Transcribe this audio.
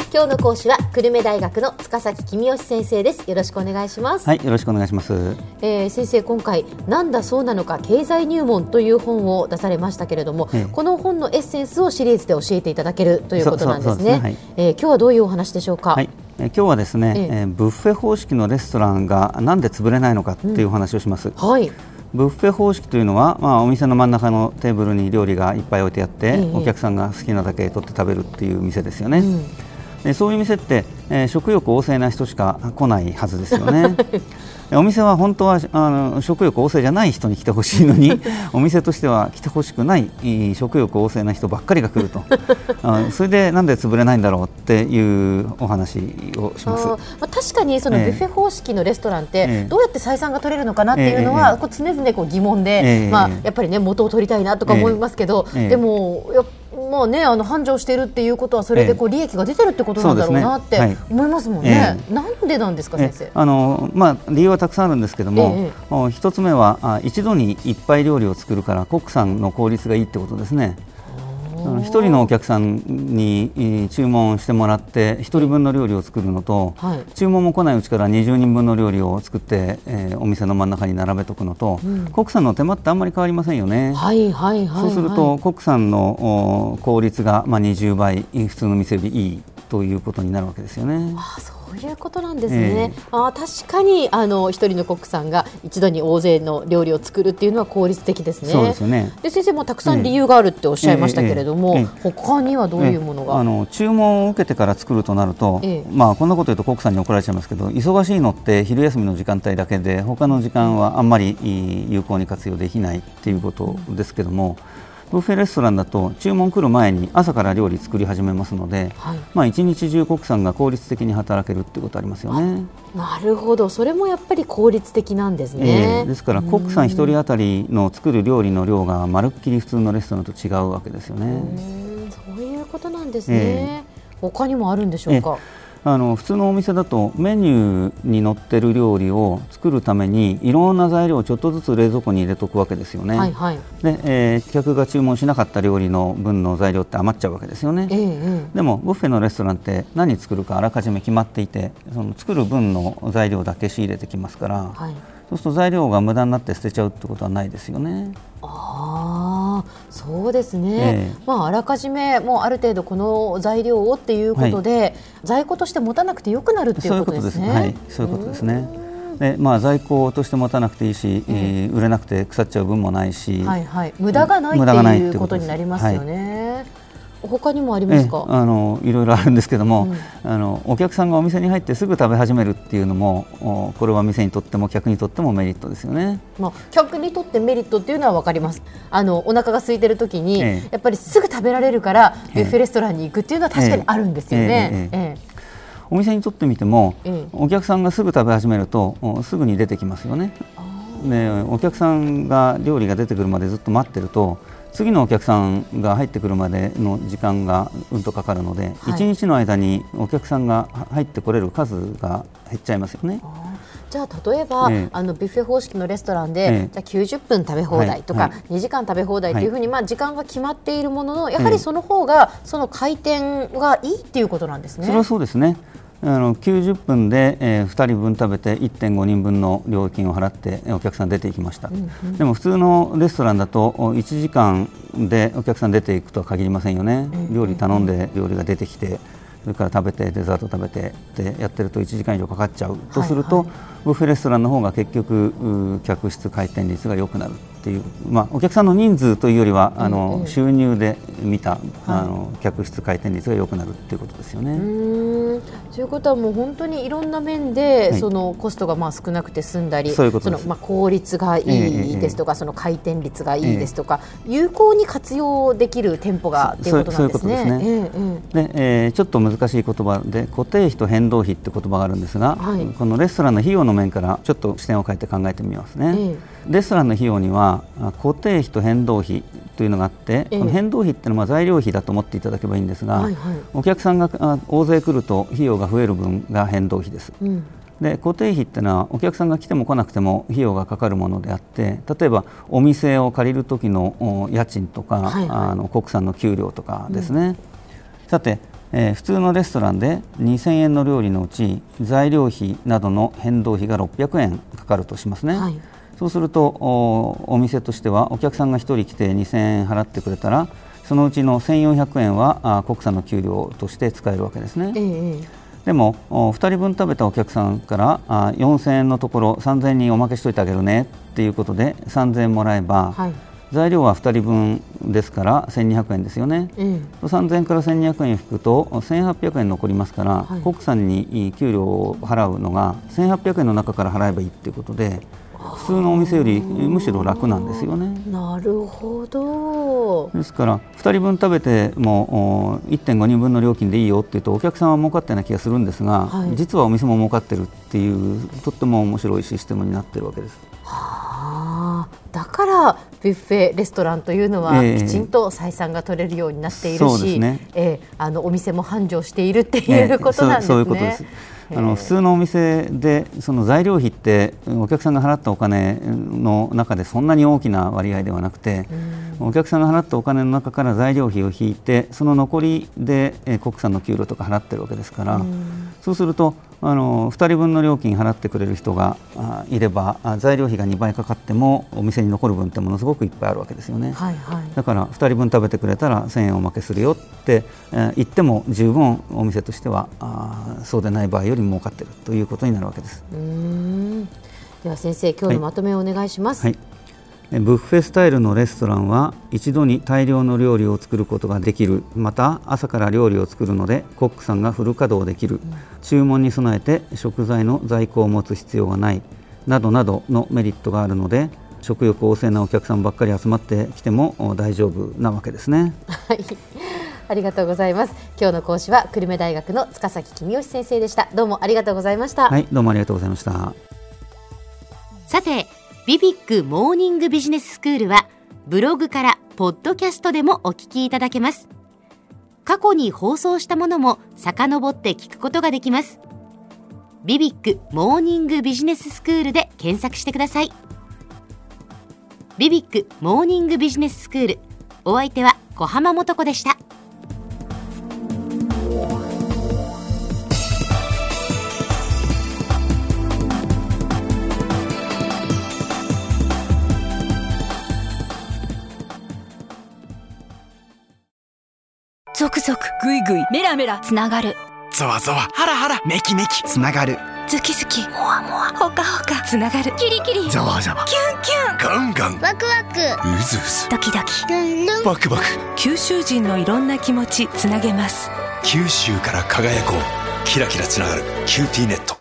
今日の講師は久留米大学の塚崎公義先生です。よろしくお願いします。 はい、よろしくお願いします。 先生、今回なんだそうなのか経済入門という本を出されましたけれども、この本のエッセンスをシリーズで教えていただけるということなんですね。今日はどういうお話でしょうか。 はい、今日はですね、ブッフェ方式のレストランがなんで潰れないのかっていうお話をします。 はい。 ブッフェ方式というのは、お店の真ん中のテーブルに料理がいっぱい置いてあって、お客さんが好きなだけ取って食べるっていう店ですよね。でそういう店って、食欲旺盛な人しか来ないはずですよね。お店は本当は食欲旺盛じゃない人に来てほしいのにお店としては来てほしくない食欲旺盛な人ばっかりが来るとそれでなんで潰れないんだろうっていうお話をします。 確かにそのビュッフェ方式のレストランってどうやって採算が取れるのかなっていうのは常々疑問で、やっぱりね元を取りたいなとか思いますけど、でも繁盛しているっていうことはそれで利益が出てるってことなんだろうなって思いますもんね。なんでなんですか、先生。 理由はたくさんあるんですけども、一つ目は一度にいっぱい料理を作るからコックさんの効率がいいってことですね。一人のお客さんに注文してもらって1人分の料理を作るのと、注文も来ないうちから20人分の料理を作って、お店の真ん中に並べとくのと、コックさんの手間ってあんまり変わりませんよね。そうするとコックさんの効率が20倍普通の店よりいいということになるわけですよね。 そういうことなんですね。確かに一人のコックさんが一度に大勢の料理を作るっていうのは効率的ですね。 そうですよね。 で先生もたくさん理由があるっておっしゃいましたけれども、他にはどういうものが。 注文を受けてから作るとなると、こんなこと言うとコックさんに怒られちゃいますけど、忙しいのって昼休みの時間帯だけで他の時間はあんまり有効に活用できないっていうことですけども、ブッフェレストランだと注文来る前に朝から料理作り始めますので、一日中コックさんが効率的に働けるっていうことありますよね。 なるほど、それもやっぱり効率的なんですね。 ですからコックさん1人当たりの作る料理の量がまるっきり普通のレストランと違うわけですよね。 そういうことなんですね。他にもあるんでしょうか。 普通のお店だとメニューに載ってる料理を作るためにいろんな材料をちょっとずつ冷蔵庫に入れとくわけですよね。で、客が注文しなかった料理の分の材料って余っちゃうわけですよね。でもブッフェのレストランって何作るかあらかじめ決まっていて、その作る分の材料だけ仕入れてきますから、そうすると材料が無駄になって捨てちゃうってことはないですよね。 そうですね。あらかじめもうある程度この材料をっていうことで、在庫として持たなくてよくなるっていうことですね。 そういうことですね。で在庫として持たなくていいし、売れなくて腐っちゃう分もないし、 無駄がないっていうことになりますよね。他にもありますか。 いろいろあるんですけども、お客さんがお店に入ってすぐ食べ始めるっていうのも、これは店にとっても客にとってもメリットですよね。 客にとってメリットっていうのは分かります。お腹が空いてる時に、やっぱりすぐ食べられるからビュッフェレストランに行くっていうのは確かにあるんですよね。 お店にとってみても、お客さんがすぐ食べ始めるとすぐに出てきますよね。でお客さんが料理が出てくるまでずっと待ってると、次のお客さんが入ってくるまでの時間がうんとかかるので、1日の間にお客さんが入ってこれる数が減っちゃいますよね。 じゃあ例えば、ビュッフェ方式のレストランで、じゃあ90分食べ放題とか、2時間食べ放題というふうに、時間が決まっているものの、やはりその方がその回転がいいっていうことなんですね。 それはそうですね。90分で、2人分食べて 1.5 人分の料金を払ってお客さん出ていきました。でも普通のレストランだと1時間でお客さん出ていくとは限りませんよね。料理頼んで料理が出てきて、それから食べてデザート食べてってやってると1時間以上かかっちゃうとすると、ブッフェレストランの方が結局客室回転率が良くなるっていう、お客さんの人数というよりは収入で見た客室回転率が良くなるっていうことですよね。 ということはもう本当にいろんな面で、そのコストが少なくて済んだり、その効率がいいですとか、その回転率がいいですとか、有効に活用できる店舗がっていうことなんですね。 でちょっと難しい言葉で固定費と変動費って言葉があるんですが、このレストランの費用の面からちょっと視点を変えて考えてみますね。レストランの費用には固定費と変動費というのがあって、この変動費っていうのは材料費だと思っていただけばいいんですが、お客さんが大勢来ると費用が増える分が変動費です。で固定費っていうのはお客さんが来ても来なくても費用がかかるものであって、例えばお店を借りる時の家賃とか、コックさんの給料とかですね。さて普通のレストランで2000円の料理のうち材料費などの変動費が600円かかるとしますね、はい、そうすると お店としてはお客さんが1人来て2000円払ってくれたらそのうちの1400円は国産の給料として使えるわけですね、でも2人分食べたお客さんから4000円のところ3000円におまけしといてあげるねっていうことで3000円もらえば、はい、材料は2人分ですから1200円ですよね、3000円から1200円引くと1800円残りますから、はい、国産に給料を払うのが1800円の中から払えばいいということで普通のお店よりむしろ楽なんですよね。 なるほど。 ですから2人分食べても 1.5 人分の料金でいいよって言うとお客さんは儲かってない気がするんですが、はい、実はお店も儲かってるっていうとっても面白いシステムになってるわけです。 だからビュッフェレストランというのはきちんと採算が取れるようになっているし、そうですね、お店も繁盛しているっていうことなんですね。 そういうことです。普通のお店でその材料費ってお客さんが払ったお金の中でそんなに大きな割合ではなくて、お客さんが払ったお金の中から材料費を引いてその残りで国産の給料とか払ってるわけですから、そうすると2人分の料金払ってくれる人がいれば材料費が2倍かかってもお店に残る分ってものすごくいっぱいあるわけですよね、はいはい、だから2人分食べてくれたら1000円おまけするよって言っても十分お店としてはそうでない場合より儲かっているということになるわけです。 では先生、今日のまとめをお願いします。 はいはい、ブッフェスタイルのレストランは一度に大量の料理を作ることができる、また朝から料理を作るのでコックさんがフル稼働できる、注文に備えて食材の在庫を持つ必要がないなどなどのメリットがあるので食欲旺盛なお客さんばっかり集まってきても大丈夫なわけですね。 はい、ありがとうございます。今日の講師は久留米大学の塚崎公義先生でした。どうもありがとうございました。 はい、どうもありがとうございました。 さて、ビビックモーニングビジネススクールはブログからポッドキャストでもお聞きいただけます。過去に放送したものも遡って聞くことができます。ビビックモーニングビジネススクールで検索してください。ビビックモーニングビジネススクール、お相手は小浜もとこでした。 ゾクゾクグイグイメラメラつながる、 ゾワゾワハラハラメキメキつながる、 ズキズキモワモワホカホカつながる、キリキリザワザワキュンキュンガンガンワクワクウズウズドキドキルンルンバクバク、 九州人のいろんな気持ちつなげます。 九州から輝こう、キラキラつながるキューティーネット。